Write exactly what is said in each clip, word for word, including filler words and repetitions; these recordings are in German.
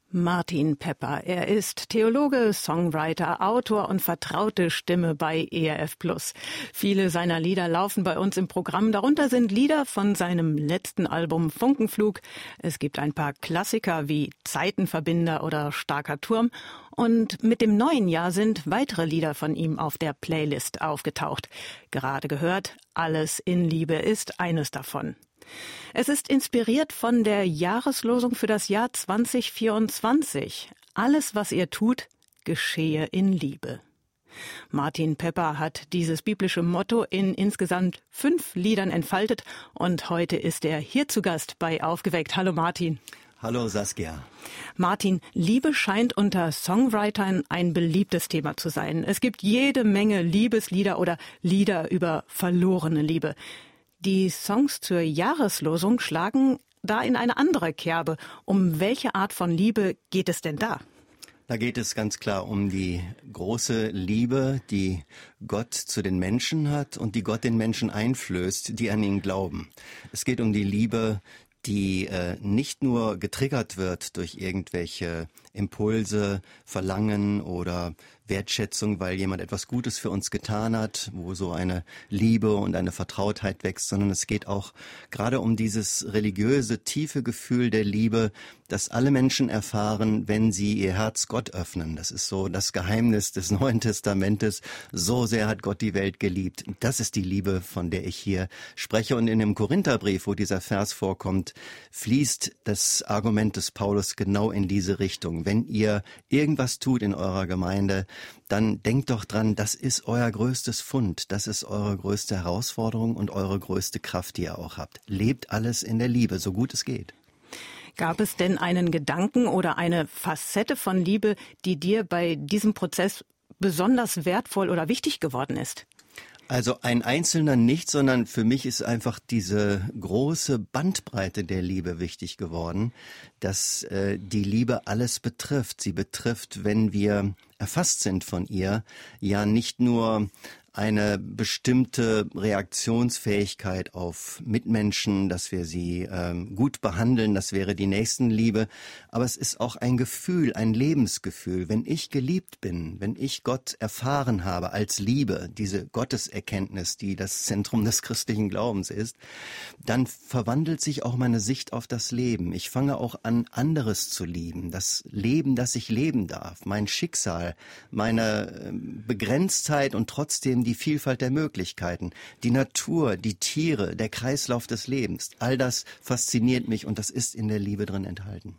Martin Pepper. Er ist Theologe, Songwriter, Autor und vertraute Stimme bei E R F Plus. Viele seiner Lieder laufen bei uns im Programm. Darunter sind Lieder von seinem letzten Album Funkenflug. Es gibt ein paar Klassiker wie Zeitenverbinder oder Starker Turm. Und mit dem neuen Jahr sind weitere Lieder von ihm auf der Playlist aufgetaucht. Gerade gehört, Alles in Liebe ist eines davon. Es ist inspiriert von der Jahreslosung für das Jahr zwanzig vierundzwanzig. Alles, was ihr tut, geschehe in Liebe. Martin Pepper hat dieses biblische Motto in insgesamt fünf Liedern entfaltet und heute ist er hier zu Gast bei Aufgeweckt. Hallo Martin. Hallo Saskia. Martin, Liebe scheint unter Songwritern ein beliebtes Thema zu sein. Es gibt jede Menge Liebeslieder oder Lieder über verlorene Liebe. Die Songs zur Jahreslosung schlagen da in eine andere Kerbe. Um welche Art von Liebe geht es denn da? Da geht es ganz klar um die große Liebe, die Gott zu den Menschen hat und die Gott den Menschen einflößt, die an ihn glauben. Es geht um die Liebe, die äh, nicht nur getriggert wird durch irgendwelche Impulse, Verlangen oder Wertschätzung, weil jemand etwas Gutes für uns getan hat, wo so eine Liebe und eine Vertrautheit wächst, sondern es geht auch gerade um dieses religiöse, tiefe Gefühl der Liebe, das alle Menschen erfahren, wenn sie ihr Herz Gott öffnen. Das ist so das Geheimnis des Neuen Testamentes. So sehr hat Gott die Welt geliebt. Das ist die Liebe, von der ich hier spreche. Und in dem Korintherbrief, wo dieser Vers vorkommt, fließt das Argument des Paulus genau in diese Richtung. Wenn ihr irgendwas tut in eurer Gemeinde, dann denkt doch dran, das ist euer größtes Fund, das ist eure größte Herausforderung und eure größte Kraft, die ihr auch habt. Lebt alles in der Liebe, so gut es geht. Gab es denn einen Gedanken oder eine Facette von Liebe, die dir bei diesem Prozess besonders wertvoll oder wichtig geworden ist? Also ein Einzelner nicht, sondern für mich ist einfach diese große Bandbreite der Liebe wichtig geworden, dass äh, die Liebe alles betrifft. Sie betrifft, wenn wir erfasst sind von ihr, ja nicht nur eine bestimmte Reaktionsfähigkeit auf Mitmenschen, dass wir sie ähm, gut behandeln, das wäre die Nächstenliebe. Aber es ist auch ein Gefühl, ein Lebensgefühl. Wenn ich geliebt bin, wenn ich Gott erfahren habe als Liebe, diese Gotteserkenntnis, die das Zentrum des christlichen Glaubens ist, dann verwandelt sich auch meine Sicht auf das Leben. Ich fange auch an, anderes zu lieben. Das Leben, das ich leben darf, mein Schicksal, meine Begrenztheit und trotzdem die Vielfalt der Möglichkeiten, die Natur, die Tiere, der Kreislauf des Lebens. All das fasziniert mich und das ist in der Liebe drin enthalten.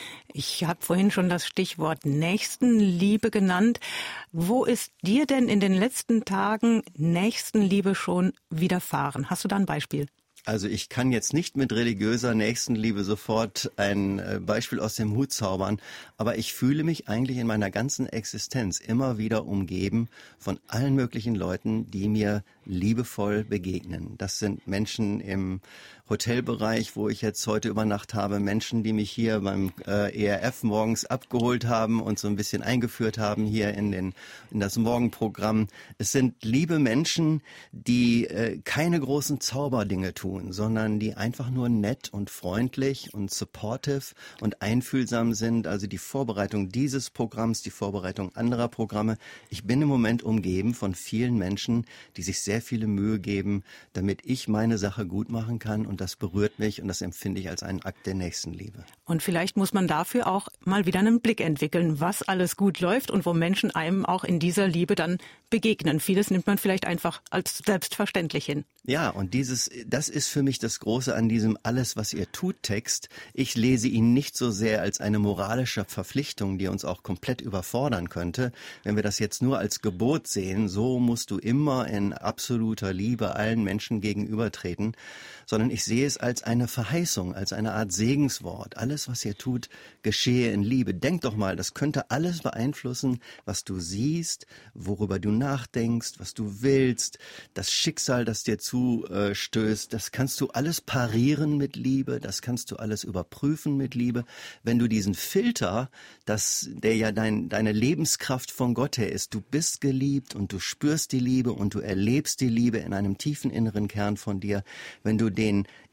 Ich habe vorhin schon das Stichwort Nächstenliebe genannt. Wo ist dir denn in den letzten Tagen Nächstenliebe schon widerfahren? Hast du da ein Beispiel? Also ich kann jetzt nicht mit religiöser Nächstenliebe sofort ein Beispiel aus dem Hut zaubern, aber ich fühle mich eigentlich in meiner ganzen Existenz immer wieder umgeben von allen möglichen Leuten, die mir liebevoll begegnen. Das sind Menschen im Hotelbereich, wo ich jetzt heute über Nacht habe, Menschen, die mich hier beim äh, E R F morgens abgeholt haben und so ein bisschen eingeführt haben hier in den in das Morgenprogramm. Es sind liebe Menschen, die äh, keine großen Zauberdinge tun, sondern die einfach nur nett und freundlich und supportive und einfühlsam sind. Also die Vorbereitung dieses Programms, die Vorbereitung anderer Programme. Ich bin im Moment umgeben von vielen Menschen, die sich sehr viele Mühe geben, damit ich meine Sache gut machen kann, und das berührt mich und das empfinde ich als einen Akt der Nächstenliebe. Und vielleicht muss man dafür auch mal wieder einen Blick entwickeln, was alles gut läuft und wo Menschen einem auch in dieser Liebe dann begegnen. Vieles nimmt man vielleicht einfach als selbstverständlich hin. Ja, und dieses, das ist für mich das Große an diesem Alles, was ihr tut Text. Ich lese ihn nicht so sehr als eine moralische Verpflichtung, die uns auch komplett überfordern könnte. Wenn wir das jetzt nur als Gebot sehen, so musst du immer in absoluter Liebe allen Menschen gegenübertreten, sondern ich sehe es als eine Verheißung, als eine Art Segenswort. Alles, was ihr tut, geschehe in Liebe. Denk doch mal, das könnte alles beeinflussen, was du siehst, worüber du nachdenkst, was du willst, das Schicksal, das dir zustößt. Das kannst du alles parieren mit Liebe, das kannst du alles überprüfen mit Liebe. Wenn du diesen Filter, das, der ja dein, deine Lebenskraft von Gott her ist, du bist geliebt und du spürst die Liebe und du erlebst die Liebe in einem tiefen inneren Kern von dir, wenn du den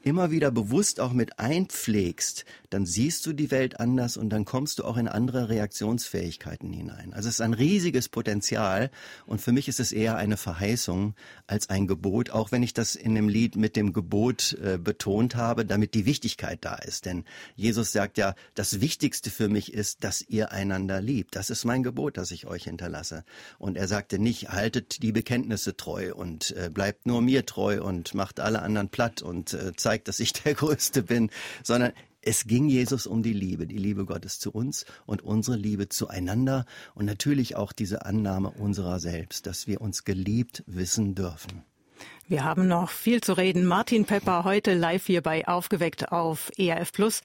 immer wieder bewusst auch mit einpflegst, dann siehst du die Welt anders und dann kommst du auch in andere Reaktionsfähigkeiten hinein. Also es ist ein riesiges Potenzial und für mich ist es eher eine Verheißung als ein Gebot, auch wenn ich das in dem Lied mit dem Gebot äh, betont habe, damit die Wichtigkeit da ist. Denn Jesus sagt ja, das Wichtigste für mich ist, dass ihr einander liebt. Das ist mein Gebot, das ich euch hinterlasse. Und er sagte nicht, haltet die Bekenntnisse treu und äh, bleibt nur mir treu und macht alle anderen platt und äh, zeigt, dass ich der Größte bin, sondern es ging Jesus um die Liebe, die Liebe Gottes zu uns und unsere Liebe zueinander und natürlich auch diese Annahme unserer selbst, dass wir uns geliebt wissen dürfen. Wir haben noch viel zu reden. Martin Pepper heute live hier bei Aufgeweckt auf E R F Plus.